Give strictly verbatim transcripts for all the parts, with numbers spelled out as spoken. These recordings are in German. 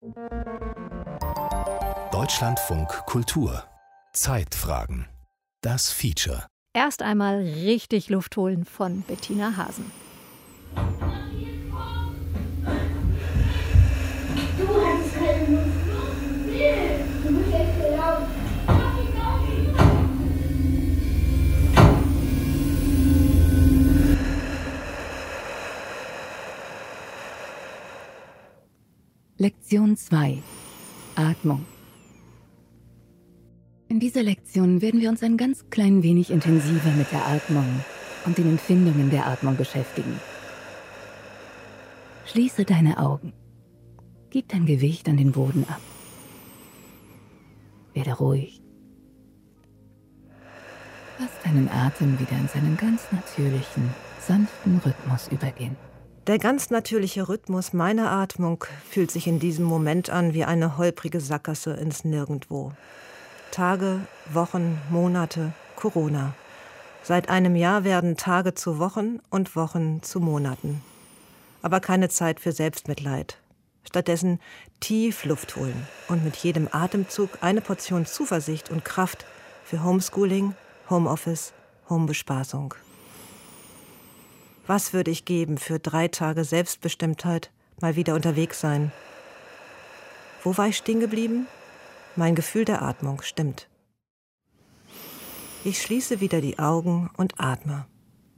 Deutschlandfunk Kultur. Zeitfragen. Das Feature. Erst einmal richtig Luft holen von Bettina Hasen. Du hast keine Luft. Nee, du musst jetzt laut. Lektion zwei. Atmung. In dieser Lektion werden wir uns ein ganz klein wenig intensiver mit der Atmung und den Empfindungen der Atmung beschäftigen. Schließe deine Augen. Gib dein Gewicht an den Boden ab. Werde ruhig. Lass deinen Atem wieder in seinen ganz natürlichen, sanften Rhythmus übergehen. Der ganz natürliche Rhythmus meiner Atmung fühlt sich in diesem Moment an wie eine holprige Sackgasse ins Nirgendwo. Tage, Wochen, Monate, Corona. Seit einem Jahr werden Tage zu Wochen und Wochen zu Monaten. Aber keine Zeit für Selbstmitleid. Stattdessen tief Luft holen und mit jedem Atemzug eine Portion Zuversicht und Kraft für Homeschooling, Homeoffice, Homebespaßung. Was würde ich geben für drei Tage Selbstbestimmtheit, mal wieder unterwegs sein? Wo war ich stehen geblieben? Mein Gefühl der Atmung stimmt. Ich schließe wieder die Augen und atme.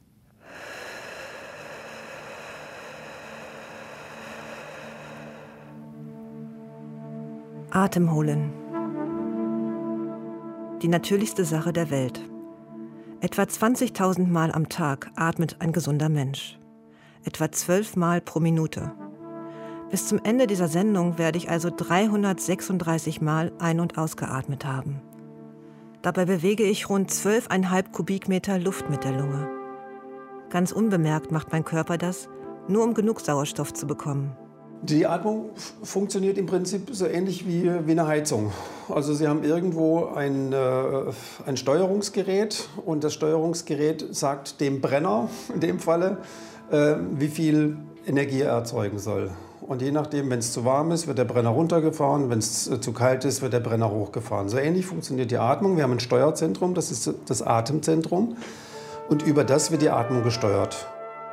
Atem holen. Die natürlichste Sache der Welt. Etwa zwanzigtausend Mal am Tag atmet ein gesunder Mensch. Etwa zwölf Mal pro Minute. Bis zum Ende dieser Sendung werde ich also dreihundertsechsunddreißig Mal ein- und ausgeatmet haben. Dabei bewege ich rund zwölf Komma fünf Kubikmeter Luft mit der Lunge. Ganz unbemerkt macht mein Körper das, nur um genug Sauerstoff zu bekommen. Die Atmung funktioniert im Prinzip so ähnlich wie, wie eine Heizung. Also Sie haben irgendwo ein, äh, ein Steuerungsgerät und das Steuerungsgerät sagt dem Brenner, in dem Falle, äh, wie viel Energie er erzeugen soll. Und je nachdem, wenn es zu warm ist, wird der Brenner runtergefahren, wenn es zu kalt ist, wird der Brenner hochgefahren. So ähnlich funktioniert die Atmung. Wir haben ein Steuerzentrum, das ist das Atemzentrum, und über das wird die Atmung gesteuert.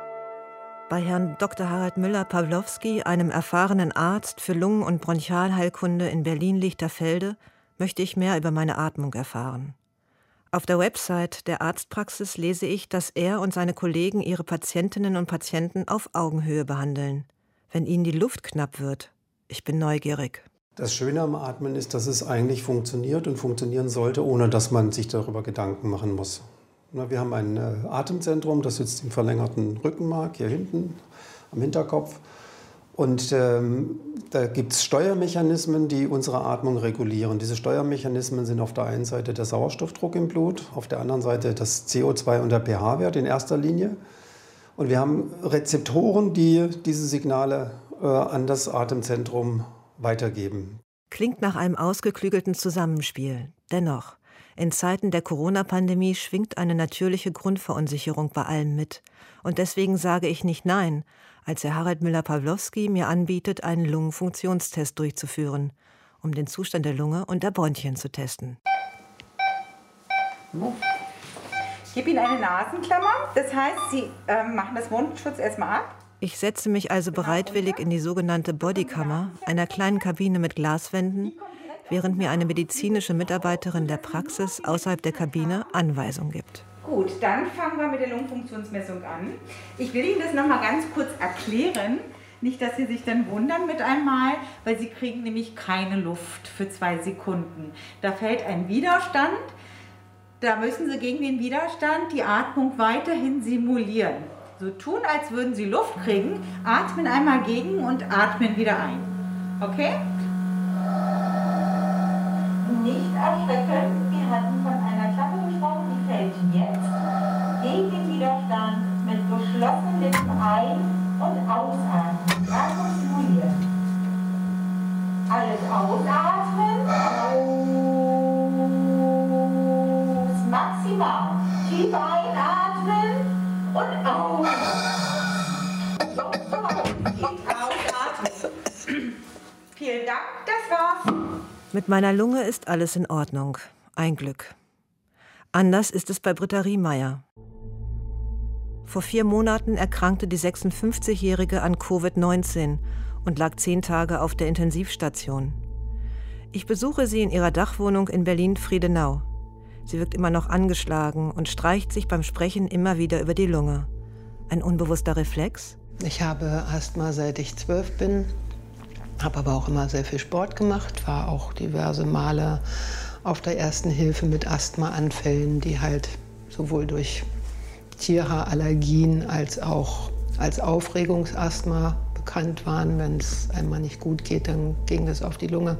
Bei Herrn Doktor Harald Müller-Pawlowski, einem erfahrenen Arzt für Lungen- und Bronchialheilkunde in Berlin-Lichterfelde, möchte ich mehr über meine Atmung erfahren. Auf der Website der Arztpraxis lese ich, dass er und seine Kollegen ihre Patientinnen und Patienten auf Augenhöhe behandeln, wenn ihnen die Luft knapp wird. Ich bin neugierig. Das Schöne am Atmen ist, dass es eigentlich funktioniert und funktionieren sollte, ohne dass man sich darüber Gedanken machen muss. Wir haben ein Atemzentrum, das sitzt im verlängerten Rückenmark, hier hinten am Hinterkopf. Und ähm, da gibt es Steuermechanismen, die unsere Atmung regulieren. Diese Steuermechanismen sind auf der einen Seite der Sauerstoffdruck im Blut, auf der anderen Seite das C O zwei und der pH-Wert in erster Linie. Und wir haben Rezeptoren, die diese Signale äh, an das Atemzentrum weitergeben. Klingt nach einem ausgeklügelten Zusammenspiel. Dennoch, in Zeiten der Corona-Pandemie schwingt eine natürliche Grundverunsicherung bei allem mit. Und deswegen sage ich nicht nein, als Herr Harald Müller-Pawlowski mir anbietet, einen Lungenfunktionstest durchzuführen, um den Zustand der Lunge und der Bronchien zu testen. Ich gebe Ihnen eine Nasenklammer. Das heißt, Sie äh, machen das Mundschutz erstmal ab. Ich setze mich also bereitwillig in die sogenannte Bodykammer, einer kleinen Kabine mit Glaswänden, während mir eine medizinische Mitarbeiterin der Praxis außerhalb der Kabine Anweisungen gibt. Gut, dann fangen wir mit der Lungenfunktionsmessung an. Ich will Ihnen das noch mal ganz kurz erklären. Nicht, dass Sie sich dann wundern mit einmal, weil Sie kriegen nämlich keine Luft für zwei Sekunden. Da fällt ein Widerstand. Da müssen Sie gegen den Widerstand die Atmung weiterhin simulieren. So tun, als würden Sie Luft kriegen, atmen einmal gegen und atmen wieder ein. Okay? Nicht erschrecken, wir hatten von einer Klappe gesprochen, die fällt jetzt gegen den Widerstand mit geschlossenen Lippen ein- und ausatmen. Atmung simulieren. Alles ausatmen. Aus. Maximal. Tief einatmen und aus. So, so. Ausatmen. Vielen Dank, das war's. Mit meiner Lunge ist alles in Ordnung. Ein Glück. Anders ist es bei Britta Riemeyer. Vor vier Monaten erkrankte die sechsundfünfzigjährige an Covid neunzehn und lag zehn Tage auf der Intensivstation. Ich besuche sie in ihrer Dachwohnung in Berlin-Friedenau. Sie wirkt immer noch angeschlagen und streicht sich beim Sprechen immer wieder über die Lunge. Ein unbewusster Reflex? Ich habe Asthma, seit ich zwölf bin, habe aber auch immer sehr viel Sport gemacht, war auch diverse Male auf der Ersten Hilfe mit Asthmaanfällen, die halt sowohl durch Tierhaarallergien als auch als Aufregungsasthma bekannt waren. Wenn es einmal nicht gut geht, dann ging das auf die Lunge.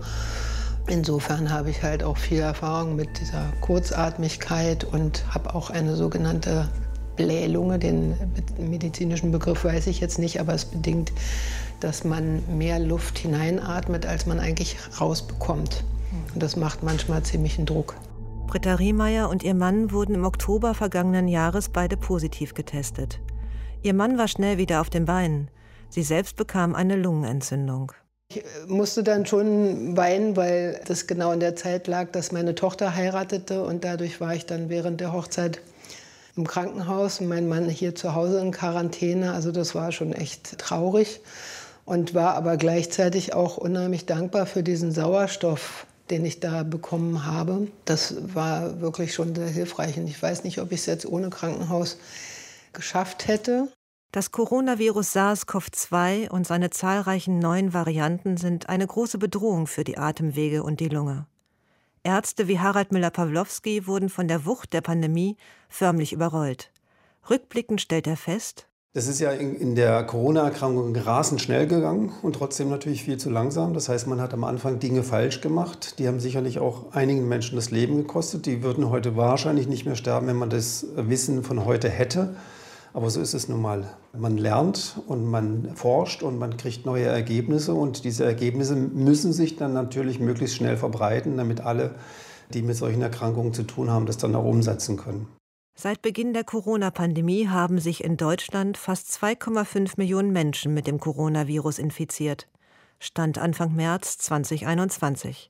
Insofern habe ich halt auch viel Erfahrung mit dieser Kurzatmigkeit und habe auch eine sogenannte Blählunge. Den medizinischen Begriff weiß ich jetzt nicht, aber es bedingt, dass man mehr Luft hineinatmet, als man eigentlich rausbekommt. Und das macht manchmal ziemlichen Druck. Britta Riemeyer und ihr Mann wurden im Oktober vergangenen Jahres beide positiv getestet. Ihr Mann war schnell wieder auf den Beinen. Sie selbst bekam eine Lungenentzündung. Ich musste dann schon weinen, weil das genau in der Zeit lag, dass meine Tochter heiratete. Und dadurch war ich dann während der Hochzeit im Krankenhaus und mein Mann hier zu Hause in Quarantäne. Also das war schon echt traurig und war aber gleichzeitig auch unheimlich dankbar für diesen Sauerstoff, den ich da bekommen habe. Das war wirklich schon sehr hilfreich. Und ich weiß nicht, ob ich es jetzt ohne Krankenhaus geschafft hätte. Das Coronavirus SARS CoV zwei und seine zahlreichen neuen Varianten sind eine große Bedrohung für die Atemwege und die Lunge. Ärzte wie Harald Müller-Pawlowski wurden von der Wucht der Pandemie förmlich überrollt. Rückblickend stellt er fest: Es ist ja in, in der Corona-Erkrankung rasend schnell gegangen und trotzdem natürlich viel zu langsam. Das heißt, man hat am Anfang Dinge falsch gemacht. Die haben sicherlich auch einigen Menschen das Leben gekostet. Die würden heute wahrscheinlich nicht mehr sterben, wenn man das Wissen von heute hätte. Aber so ist es nun mal. Man lernt und man forscht und man kriegt neue Ergebnisse. Und diese Ergebnisse müssen sich dann natürlich möglichst schnell verbreiten, damit alle, die mit solchen Erkrankungen zu tun haben, das dann auch umsetzen können. Seit Beginn der Corona-Pandemie haben sich in Deutschland fast zwei Komma fünf Millionen Menschen mit dem Coronavirus infiziert. Stand Anfang März zweitausendeinundzwanzig.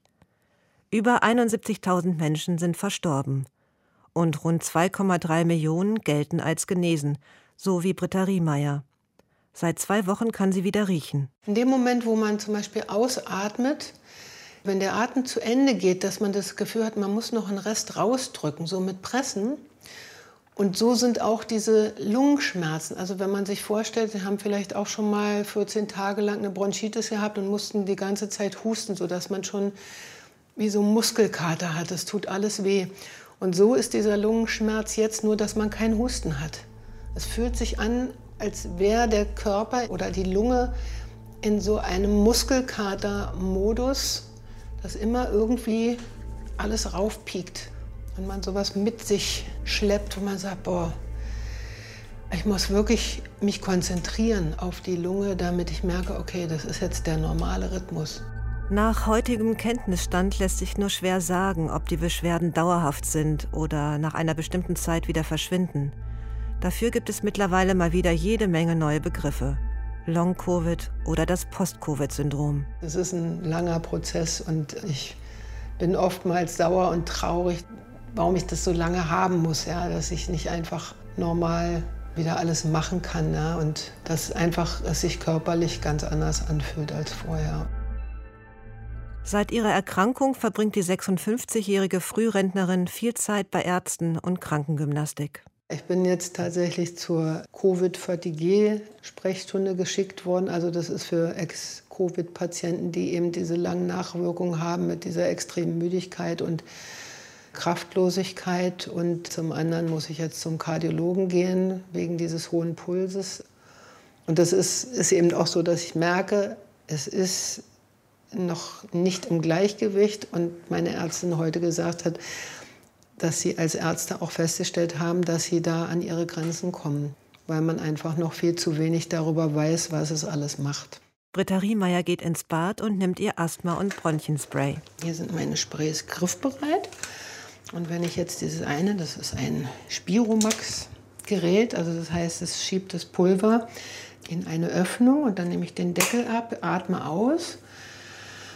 Über einundsiebzigtausend Menschen sind verstorben. Und rund zwei Komma drei Millionen gelten als genesen, so wie Britta Riemeyer. Seit zwei Wochen kann sie wieder riechen. In dem Moment, wo man zum Beispiel ausatmet, wenn der Atem zu Ende geht, dass man das Gefühl hat, man muss noch einen Rest rausdrücken, so mit Pressen. Und so sind auch diese Lungenschmerzen. Also wenn man sich vorstellt, Sie haben vielleicht auch schon mal vierzehn Tage lang eine Bronchitis gehabt und mussten die ganze Zeit husten, sodass man schon wie so Muskelkater hat. Es tut alles weh. Und so ist dieser Lungenschmerz jetzt, nur dass man keinen Husten hat. Es fühlt sich an, als wäre der Körper oder die Lunge in so einem Muskelkater-Modus, dass immer irgendwie alles raufpiekt. Und man sowas mit sich schleppt und man sagt, boah, ich muss wirklich mich konzentrieren auf die Lunge, damit ich merke, okay, das ist jetzt der normale Rhythmus. Nach heutigem Kenntnisstand lässt sich nur schwer sagen, ob die Beschwerden dauerhaft sind oder nach einer bestimmten Zeit wieder verschwinden. Dafür gibt es mittlerweile mal wieder jede Menge neue Begriffe. Long-Covid oder das Post-Covid-Syndrom. Es ist ein langer Prozess und ich bin oftmals sauer und traurig, warum ich das so lange haben muss, ja, dass ich nicht einfach normal wieder alles machen kann, ja, und dass einfach es sich körperlich ganz anders anfühlt als vorher. Seit ihrer Erkrankung verbringt die sechsundfünfzigjährige Frührentnerin viel Zeit bei Ärzten und Krankengymnastik. Ich bin jetzt tatsächlich zur Covid-Fatigue-Sprechstunde geschickt worden. Also das ist für Ex-Covid-Patienten, die eben diese langen Nachwirkungen haben mit dieser extremen Müdigkeit und Kraftlosigkeit. Und zum anderen muss ich jetzt zum Kardiologen gehen, wegen dieses hohen Pulses. Und das ist, ist eben auch so, dass ich merke, es ist noch nicht im Gleichgewicht. Und meine Ärztin heute gesagt hat, dass sie als Ärzte auch festgestellt haben, dass sie da an ihre Grenzen kommen, weil man einfach noch viel zu wenig darüber weiß, was es alles macht. Britta Riemeyer geht ins Bad und nimmt ihr Asthma- und Bronchienspray. Hier sind meine Sprays griffbereit. Und wenn ich jetzt dieses eine, das ist ein Spiromax-Gerät, also das heißt, es schiebt das Pulver in eine Öffnung und dann nehme ich den Deckel ab, atme aus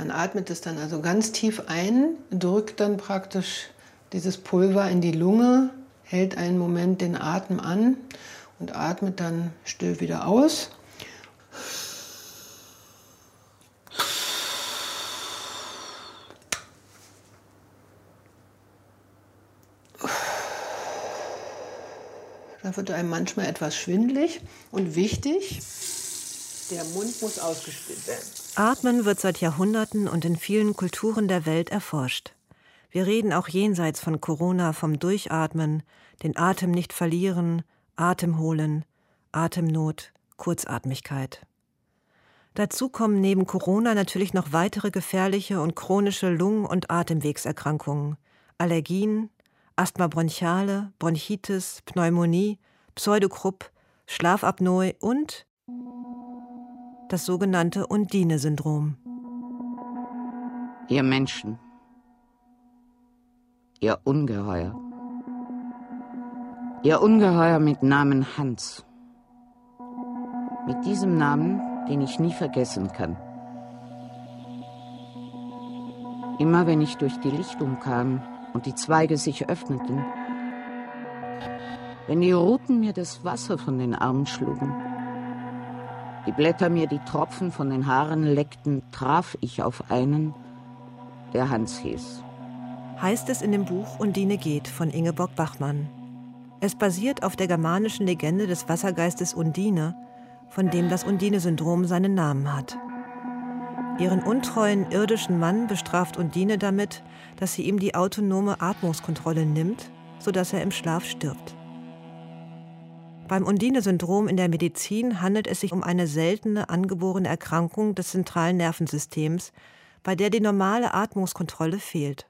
Man atmet es dann also ganz tief ein, drückt dann praktisch dieses Pulver in die Lunge, hält einen Moment den Atem an und atmet dann still wieder aus. Da wird einem manchmal etwas schwindelig und wichtig, der Mund muss ausgespült werden. Atmen wird seit Jahrhunderten und in vielen Kulturen der Welt erforscht. Wir reden auch jenseits von Corona vom Durchatmen, den Atem nicht verlieren, Atem holen, Atemnot, Kurzatmigkeit. Dazu kommen neben Corona natürlich noch weitere gefährliche und chronische Lungen- und Atemwegserkrankungen, Allergien, Asthma bronchiale, Bronchitis, Pneumonie, Pseudogrupp, Schlafapnoe und das sogenannte Undine-Syndrom. Ihr Menschen, ihr Ungeheuer, ihr Ungeheuer mit Namen Hans. Mit diesem Namen, den ich nie vergessen kann. Immer wenn ich durch die Lichtung kam und die Zweige sich öffneten, wenn die Ruten mir das Wasser von den Armen schlugen, die Blätter mir die Tropfen von den Haaren leckten, traf ich auf einen, der Hans hieß. Heißt es in dem Buch Undine geht von Ingeborg Bachmann. Es basiert auf der germanischen Legende des Wassergeistes Undine, von dem das Undine-Syndrom seinen Namen hat. Ihren untreuen irdischen Mann bestraft Undine damit, dass sie ihm die autonome Atmungskontrolle nimmt, sodass er im Schlaf stirbt. Beim Undine-Syndrom in der Medizin handelt es sich um eine seltene angeborene Erkrankung des zentralen Nervensystems, bei der die normale Atmungskontrolle fehlt.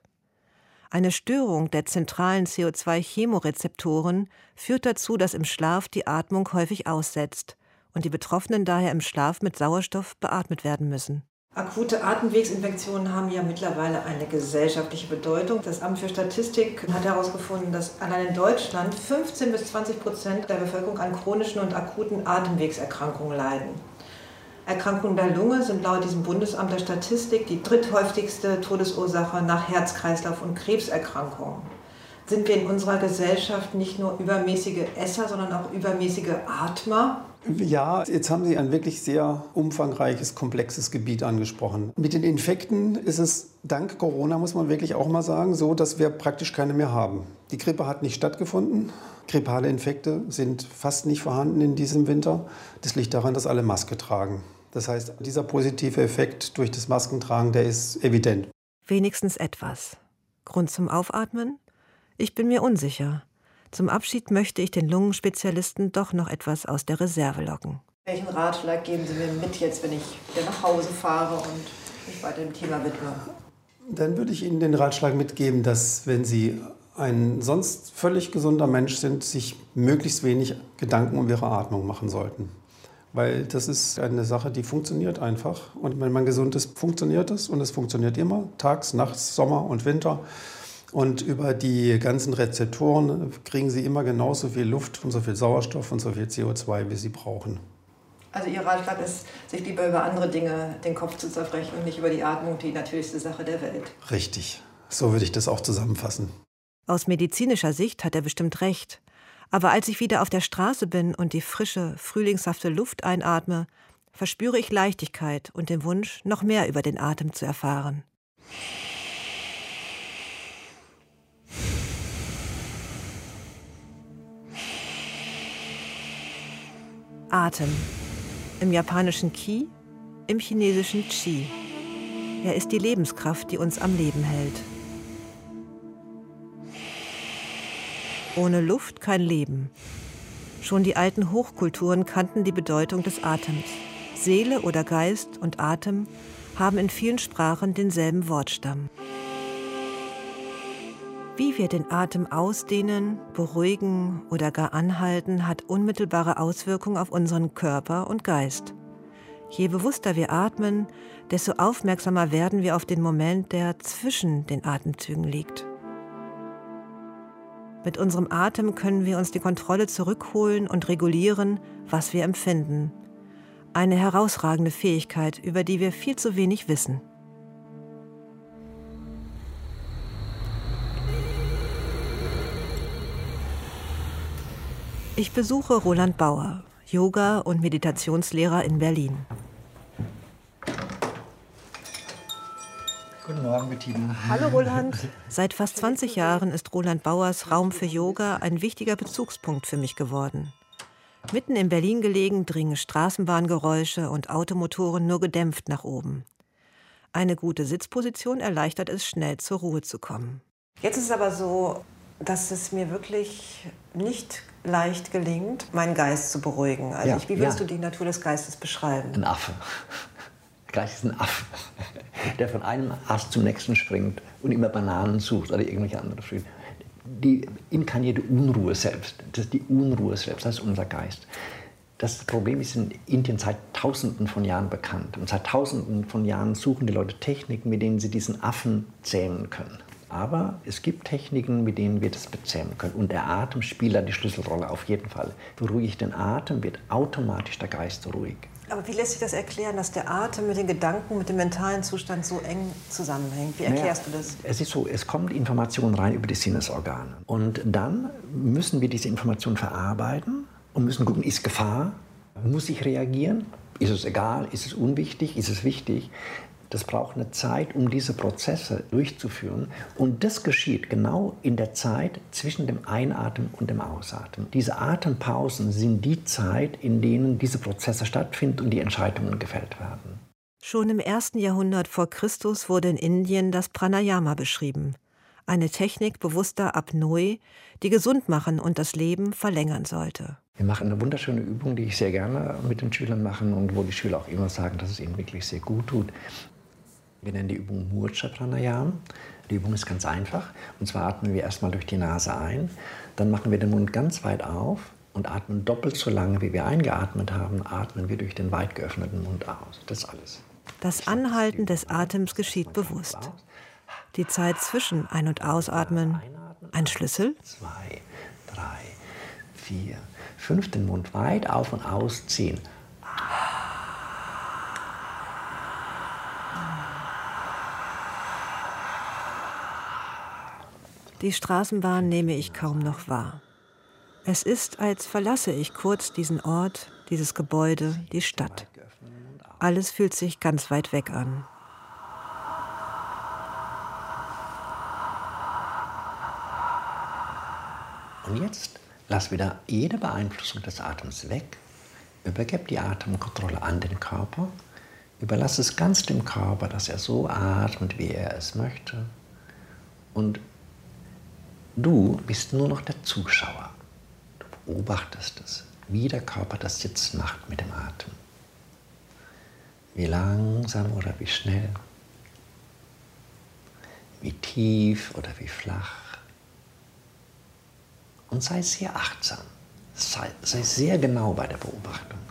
Eine Störung der zentralen C O zwei Chemorezeptoren führt dazu, dass im Schlaf die Atmung häufig aussetzt und die Betroffenen daher im Schlaf mit Sauerstoff beatmet werden müssen. Akute Atemwegsinfektionen haben ja mittlerweile eine gesellschaftliche Bedeutung. Das Amt für Statistik hat herausgefunden, dass allein in Deutschland fünfzehn bis zwanzig Prozent der Bevölkerung an chronischen und akuten Atemwegserkrankungen leiden. Erkrankungen der Lunge sind laut diesem Bundesamt der Statistik die dritthäufigste Todesursache nach Herz-Kreislauf- und Krebserkrankungen. Sind wir in unserer Gesellschaft nicht nur übermäßige Esser, sondern auch übermäßige Atmer? Ja, jetzt haben Sie ein wirklich sehr umfangreiches, komplexes Gebiet angesprochen. Mit den Infekten ist es dank Corona, muss man wirklich auch mal sagen, so, dass wir praktisch keine mehr haben. Die Grippe hat nicht stattgefunden. Grippale Infekte sind fast nicht vorhanden in diesem Winter. Das liegt daran, dass alle Maske tragen. Das heißt, dieser positive Effekt durch das Maskentragen, der ist evident. Wenigstens etwas. Grund zum Aufatmen? Ich bin mir unsicher. Zum Abschied möchte ich den Lungenspezialisten doch noch etwas aus der Reserve locken. Welchen Ratschlag geben Sie mir mit jetzt, wenn ich wieder nach Hause fahre und mich weiter dem Thema widme? Dann würde ich Ihnen den Ratschlag mitgeben, dass, wenn Sie ein sonst völlig gesunder Mensch sind, sich möglichst wenig Gedanken um Ihre Atmung machen sollten. Weil das ist eine Sache, die funktioniert einfach. Und wenn man gesund ist, funktioniert es. Und es funktioniert immer, tags, nachts, Sommer und Winter. Und über die ganzen Rezeptoren kriegen Sie immer genauso viel Luft und so viel Sauerstoff und so viel C O zwei, wie Sie brauchen. Also Ihr Ratschlag ist, sich lieber über andere Dinge den Kopf zu zerbrechen und nicht über die Atmung, die natürlichste Sache der Welt. Richtig. So würde ich das auch zusammenfassen. Aus medizinischer Sicht hat er bestimmt recht. Aber als ich wieder auf der Straße bin und die frische, frühlingshafte Luft einatme, verspüre ich Leichtigkeit und den Wunsch, noch mehr über den Atem zu erfahren. Atem. Im japanischen Ki, im chinesischen Qi. Er ist die Lebenskraft, die uns am Leben hält. Ohne Luft kein Leben. Schon die alten Hochkulturen kannten die Bedeutung des Atems. Seele oder Geist und Atem haben in vielen Sprachen denselben Wortstamm. Wie wir den Atem ausdehnen, beruhigen oder gar anhalten, hat unmittelbare Auswirkungen auf unseren Körper und Geist. Je bewusster wir atmen, desto aufmerksamer werden wir auf den Moment, der zwischen den Atemzügen liegt. Mit unserem Atem können wir uns die Kontrolle zurückholen und regulieren, was wir empfinden. Eine herausragende Fähigkeit, über die wir viel zu wenig wissen. Ich besuche Roland Bauer, Yoga- und Meditationslehrer in Berlin. Guten Morgen, Bettina. Hallo Roland. Seit fast zwanzig Jahren ist Roland Bauers Raum für Yoga ein wichtiger Bezugspunkt für mich geworden. Mitten in Berlin gelegen dringen Straßenbahngeräusche und Automotoren nur gedämpft nach oben. Eine gute Sitzposition erleichtert es, schnell zur Ruhe zu kommen. Jetzt ist es aber so, dass es mir wirklich nicht leicht gelingt, meinen Geist zu beruhigen. Also Ja, ich, wie würdest ja. du die Natur des Geistes beschreiben? Ein Affe. Der Geist ist ein Affe, der von einem Ast zum nächsten springt und immer Bananen sucht oder irgendwelche anderen Früchte. Die inkarnierte Unruhe selbst, das ist die Unruhe selbst, das ist unser Geist. Das Problem ist in Indien seit Tausenden von Jahren bekannt. Und seit Tausenden von Jahren suchen die Leute Techniken, mit denen sie diesen Affen zähmen können. Aber es gibt Techniken, mit denen wir das bezähmen können. Und der Atem spielt da die Schlüsselrolle auf jeden Fall. Beruhige ich den Atem, wird automatisch der Geist ruhig. Aber wie lässt sich das erklären, dass der Atem mit den Gedanken, mit dem mentalen Zustand so eng zusammenhängt? Wie erklärst naja, du das? Es ist so, es kommt Information rein über die Sinnesorgane. Und dann müssen wir diese Information verarbeiten und müssen gucken, ist Gefahr? Muss ich reagieren? Ist es egal? Ist es unwichtig? Ist es wichtig? Das braucht eine Zeit, um diese Prozesse durchzuführen. Und das geschieht genau in der Zeit zwischen dem Einatmen und dem Ausatmen. Diese Atempausen sind die Zeit, in denen diese Prozesse stattfinden und die Entscheidungen gefällt werden. Schon im ersten Jahrhundert vor Christus wurde in Indien das Pranayama beschrieben. Eine Technik bewusster Apnoe, die gesund machen und das Leben verlängern sollte. Wir machen eine wunderschöne Übung, die ich sehr gerne mit den Schülern mache und wo die Schüler auch immer sagen, dass es ihnen wirklich sehr gut tut. Wir nennen die Übung Murcha Pranayama. Die Übung ist ganz einfach. Und zwar atmen wir erstmal durch die Nase ein, dann machen wir den Mund ganz weit auf und atmen doppelt so lange, wie wir eingeatmet haben, atmen wir durch den weit geöffneten Mund aus. Das ist alles. Das Anhalten des Atems geschieht bewusst. Die Zeit zwischen Ein- und Ausatmen, ein Schlüssel? Zwei, drei, vier, fünf, den Mund weit auf und ausziehen. Die Straßenbahn nehme ich kaum noch wahr. Es ist, als verlasse ich kurz diesen Ort, dieses Gebäude, die Stadt. Alles fühlt sich ganz weit weg an. Und jetzt lass wieder jede Beeinflussung des Atems weg. Übergib die Atemkontrolle an den Körper. Überlass es ganz dem Körper, dass er so atmet, wie er es möchte. Und du bist nur noch der Zuschauer. Du beobachtest es, wie der Körper das jetzt macht mit dem Atem. Wie langsam oder wie schnell. Wie tief oder wie flach. Und sei sehr achtsam. Sei, sei sehr genau bei der Beobachtung.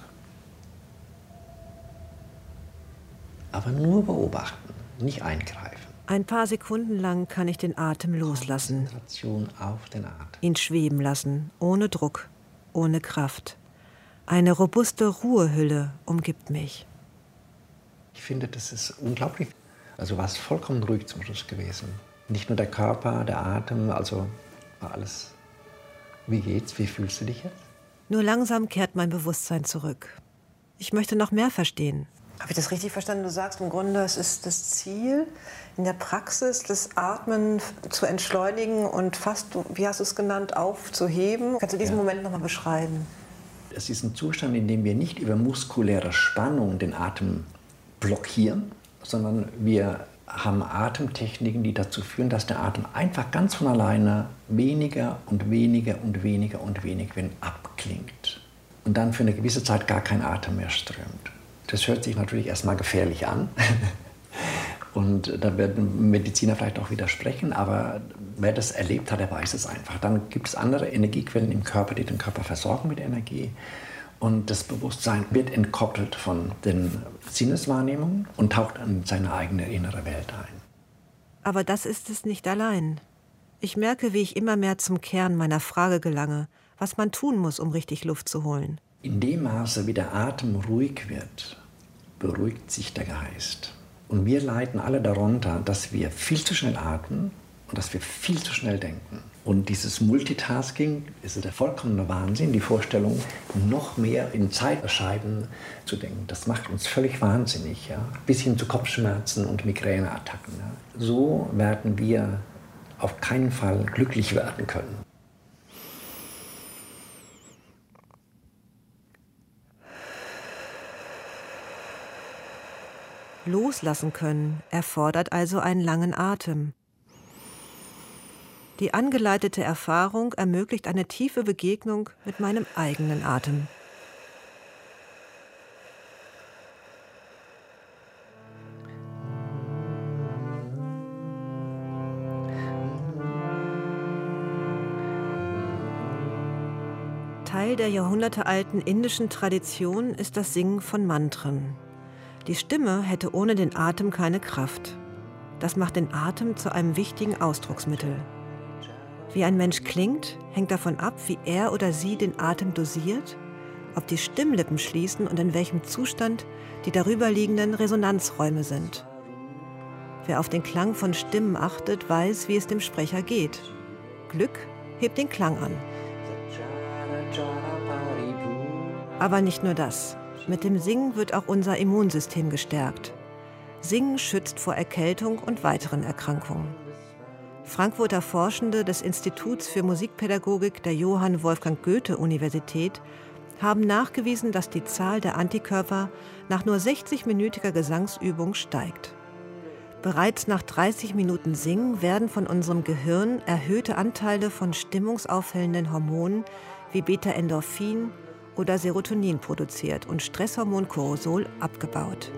Aber nur beobachten, nicht eingreifen. Ein paar Sekunden lang kann ich den Atem loslassen. Konzentration auf den Atem. Ihn schweben lassen, ohne Druck, ohne Kraft. Eine robuste Ruhehülle umgibt mich. Ich finde, das ist unglaublich. Also war es vollkommen ruhig zum Schluss gewesen. Nicht nur der Körper, der Atem, also war alles. Wie geht's? Wie fühlst du dich jetzt? Nur langsam kehrt mein Bewusstsein zurück. Ich möchte noch mehr verstehen. Habe ich das richtig verstanden? Du sagst im Grunde, es ist das Ziel, in der Praxis das Atmen zu entschleunigen und fast, wie hast du es genannt, aufzuheben. Kannst du diesen ja. Moment noch mal beschreiben? Es ist ein Zustand, in dem wir nicht über muskuläre Spannung den Atem blockieren, sondern wir haben Atemtechniken, die dazu führen, dass der Atem einfach ganz von alleine weniger und weniger und weniger und weniger abklingt. Und dann für eine gewisse Zeit gar kein Atem mehr strömt. Das hört sich natürlich erstmal gefährlich an. Und da werden Mediziner vielleicht auch widersprechen, aber wer das erlebt hat, der weiß es einfach. Dann gibt es andere Energiequellen im Körper, die den Körper versorgen mit Energie. Und das Bewusstsein wird entkoppelt von den Sinneswahrnehmungen und taucht in seine eigene innere Welt ein. Aber das ist es nicht allein. Ich merke, wie ich immer mehr zum Kern meiner Frage gelange, was man tun muss, um richtig Luft zu holen. In dem Maße, wie der Atem ruhig wird, beruhigt sich der Geist. Und wir leiden alle darunter, dass wir viel zu schnell atmen und dass wir viel zu schnell denken. Und dieses Multitasking ist der vollkommene Wahnsinn, die Vorstellung, noch mehr in Zeitscheiben zu denken. Das macht uns völlig wahnsinnig, ja? Bis hin zu Kopfschmerzen und Migräneattacken. Ja? So werden wir auf keinen Fall glücklich werden können. Loslassen können erfordert also einen langen Atem. Die angeleitete Erfahrung ermöglicht eine tiefe Begegnung mit meinem eigenen Atem. Teil der jahrhundertealten indischen Tradition ist das Singen von Mantren. Die Stimme hätte ohne den Atem keine Kraft. Das macht den Atem zu einem wichtigen Ausdrucksmittel. Wie ein Mensch klingt, hängt davon ab, wie er oder sie den Atem dosiert, ob die Stimmlippen schließen und in welchem Zustand die darüberliegenden Resonanzräume sind. Wer auf den Klang von Stimmen achtet, weiß, wie es dem Sprecher geht. Glück hebt den Klang an. Aber nicht nur das. Mit dem Singen wird auch unser Immunsystem gestärkt. Singen schützt vor Erkältung und weiteren Erkrankungen. Frankfurter Forschende des Instituts für Musikpädagogik der Johann Wolfgang Goethe-Universität haben nachgewiesen, dass die Zahl der Antikörper nach nur sechzig-minütiger Gesangsübung steigt. Bereits nach dreißig Minuten Singen werden von unserem Gehirn erhöhte Anteile von stimmungsaufhellenden Hormonen wie Beta-Endorphin oder Serotonin produziert und Stresshormon Cortisol abgebaut.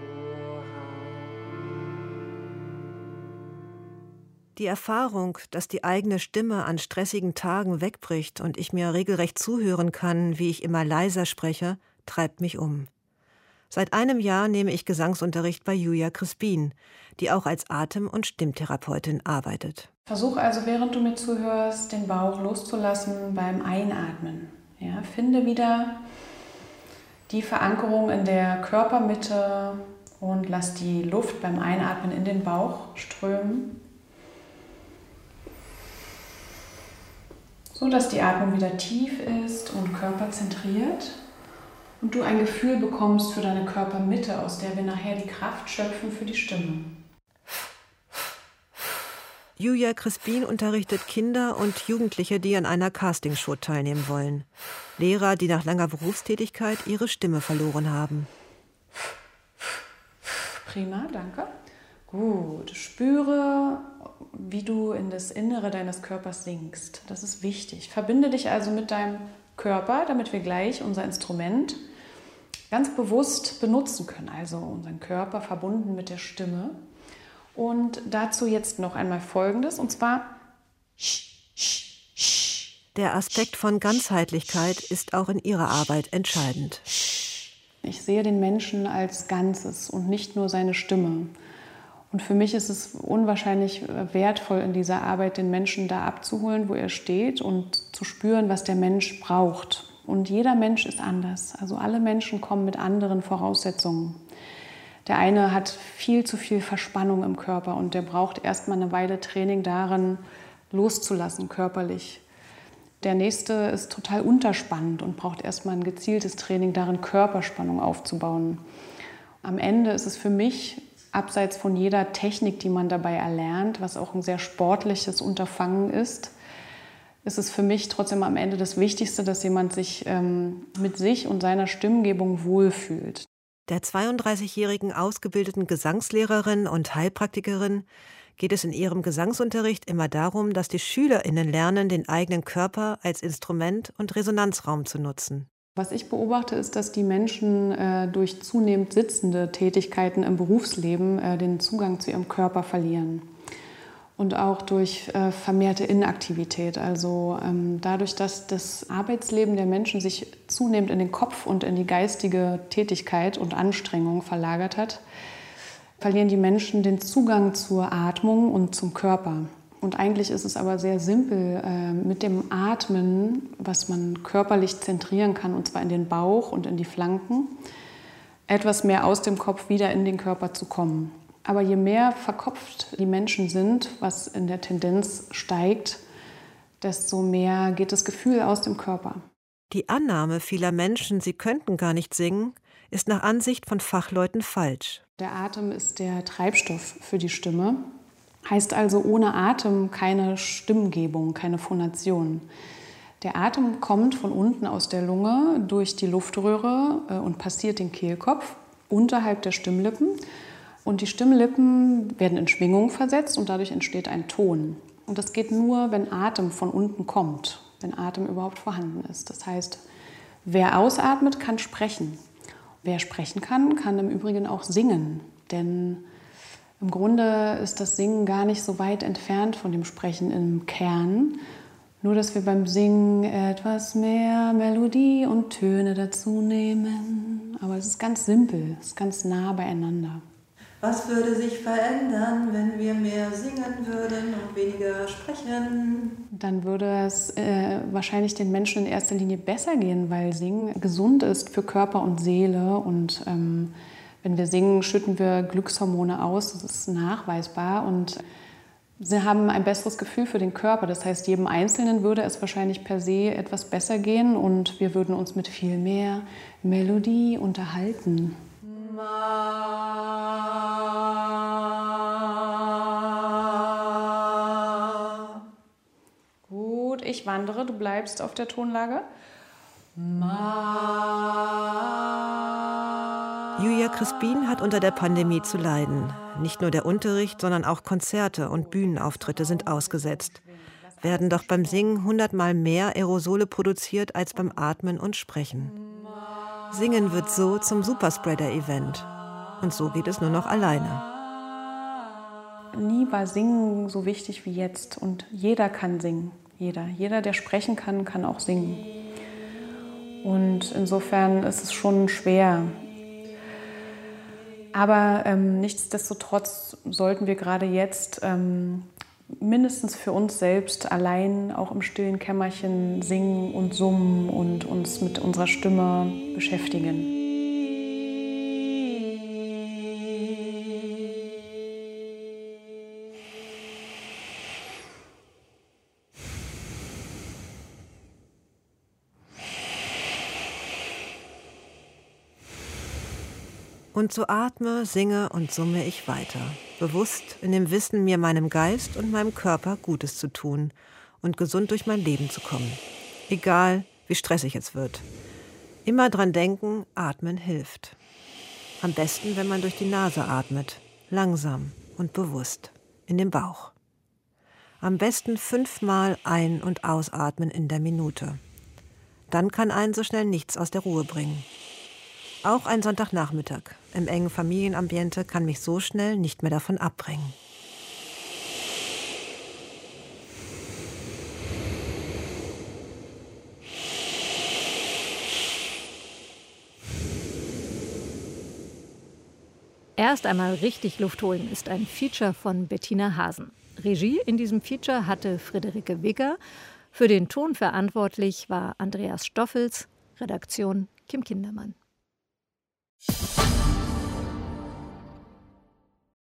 Die Erfahrung, dass die eigene Stimme an stressigen Tagen wegbricht und ich mir regelrecht zuhören kann, wie ich immer leiser spreche, treibt mich um. Seit einem Jahr nehme ich Gesangsunterricht bei Julia Crispin, die auch als Atem- und Stimmtherapeutin arbeitet. Versuch also, während du mir zuhörst, den Bauch loszulassen beim Einatmen. Ja, finde wieder die Verankerung in der Körpermitte und lass die Luft beim Einatmen in den Bauch strömen, so dass die Atmung wieder tief ist und körperzentriert und du ein Gefühl bekommst für deine Körpermitte, aus der wir nachher die Kraft schöpfen für die Stimme. Julia Crispin unterrichtet Kinder und Jugendliche, die an einer Castingshow teilnehmen wollen. Lehrer, die nach langer Berufstätigkeit ihre Stimme verloren haben. Prima, danke. Gut, spüre, wie du in das Innere deines Körpers sinkst. Das ist wichtig. Verbinde dich also mit deinem Körper, damit wir gleich unser Instrument ganz bewusst benutzen können. Also unseren Körper verbunden mit der Stimme. Und dazu jetzt noch einmal Folgendes, und zwar der Aspekt von Ganzheitlichkeit ist auch in ihrer Arbeit entscheidend. Ich sehe den Menschen als Ganzes und nicht nur seine Stimme. Und für mich ist es unwahrscheinlich wertvoll, in dieser Arbeit den Menschen da abzuholen, wo er steht und zu spüren, was der Mensch braucht. Und jeder Mensch ist anders. Also alle Menschen kommen mit anderen Voraussetzungen. Der eine hat viel zu viel Verspannung im Körper und der braucht erstmal eine Weile Training darin, loszulassen körperlich. Der nächste ist total unterspannt und braucht erstmal ein gezieltes Training darin, Körperspannung aufzubauen. Am Ende ist es für mich, abseits von jeder Technik, die man dabei erlernt, was auch ein sehr sportliches Unterfangen ist, ist es für mich trotzdem am Ende das Wichtigste, dass jemand sich ähm, mit sich und seiner Stimmgebung wohlfühlt. Der zweiunddreißigjährigen ausgebildeten Gesangslehrerin und Heilpraktikerin geht es in ihrem Gesangsunterricht immer darum, dass die SchülerInnen lernen, den eigenen Körper als Instrument und Resonanzraum zu nutzen. Was ich beobachte, ist, dass die Menschen äh, durch zunehmend sitzende Tätigkeiten im Berufsleben äh, den Zugang zu ihrem Körper verlieren. Und auch durch äh, vermehrte Inaktivität. Also ähm, dadurch, dass das Arbeitsleben der Menschen sich zunehmend in den Kopf und in die geistige Tätigkeit und Anstrengung verlagert hat, verlieren die Menschen den Zugang zur Atmung und zum Körper. Und eigentlich ist es aber sehr simpel, äh, mit dem Atmen, was man körperlich zentrieren kann, und zwar in den Bauch und in die Flanken, etwas mehr aus dem Kopf wieder in den Körper zu kommen. Aber je mehr verkopft die Menschen sind, was in der Tendenz steigt, desto mehr geht das Gefühl aus dem Körper. Die Annahme vieler Menschen, sie könnten gar nicht singen, ist nach Ansicht von Fachleuten falsch. Der Atem ist der Treibstoff für die Stimme. Heißt also ohne Atem keine Stimmgebung, keine Phonation. Der Atem kommt von unten aus der Lunge durch die Luftröhre und passiert den Kehlkopf unterhalb der Stimmlippen. Und die Stimmlippen werden in Schwingung versetzt und dadurch entsteht ein Ton. Und das geht nur, wenn Atem von unten kommt, wenn Atem überhaupt vorhanden ist. Das heißt, wer ausatmet, kann sprechen. Wer sprechen kann, kann im Übrigen auch singen. Denn im Grunde ist das Singen gar nicht so weit entfernt von dem Sprechen im Kern. Nur, dass wir beim Singen etwas mehr Melodie und Töne dazu nehmen. Aber es ist ganz simpel, es ist ganz nah beieinander. Was würde sich verändern, wenn wir mehr singen würden und weniger sprechen? Dann würde es äh, wahrscheinlich den Menschen in erster Linie besser gehen, weil Singen gesund ist für Körper und Seele. Und ähm, wenn wir singen, schütten wir Glückshormone aus, das ist nachweisbar. Und sie haben ein besseres Gefühl für den Körper. Das heißt, jedem Einzelnen würde es wahrscheinlich per se etwas besser gehen und wir würden uns mit viel mehr Melodie unterhalten. Gut, ich wandere, du bleibst auf der Tonlage. Julia Crispin hat unter der Pandemie zu leiden. Nicht nur der Unterricht, sondern auch Konzerte und Bühnenauftritte sind ausgesetzt. Werden doch beim Singen hundertmal mehr Aerosole produziert als beim Atmen und Sprechen. Singen wird so zum Superspreader-Event. Und so geht es nur noch alleine. Nie war Singen so wichtig wie jetzt. Und jeder kann singen. Jeder. Jeder, der sprechen kann, kann auch singen. Und insofern ist es schon schwer. Aber ähm, nichtsdestotrotz sollten wir gerade jetzt ähm, mindestens für uns selbst allein auch im stillen Kämmerchen singen und summen und uns mit unserer Stimme beschäftigen. Und so atme, singe und summe ich weiter, bewusst in dem Wissen, mir meinem Geist und meinem Körper Gutes zu tun und gesund durch mein Leben zu kommen. Egal, wie stressig es wird. Immer dran denken, atmen hilft. Am besten, wenn man durch die Nase atmet, langsam und bewusst, in den Bauch. Am besten fünfmal ein- und ausatmen in der Minute. Dann kann einen so schnell nichts aus der Ruhe bringen. Auch ein Sonntagnachmittag im engen Familienambiente kann mich so schnell nicht mehr davon abbringen. Erst einmal richtig Luft holen ist ein Feature von Bettina Hasen. Regie in diesem Feature hatte Friederike Wigger. Für den Ton verantwortlich war Andreas Stoffels, Redaktion Kim Kindermann.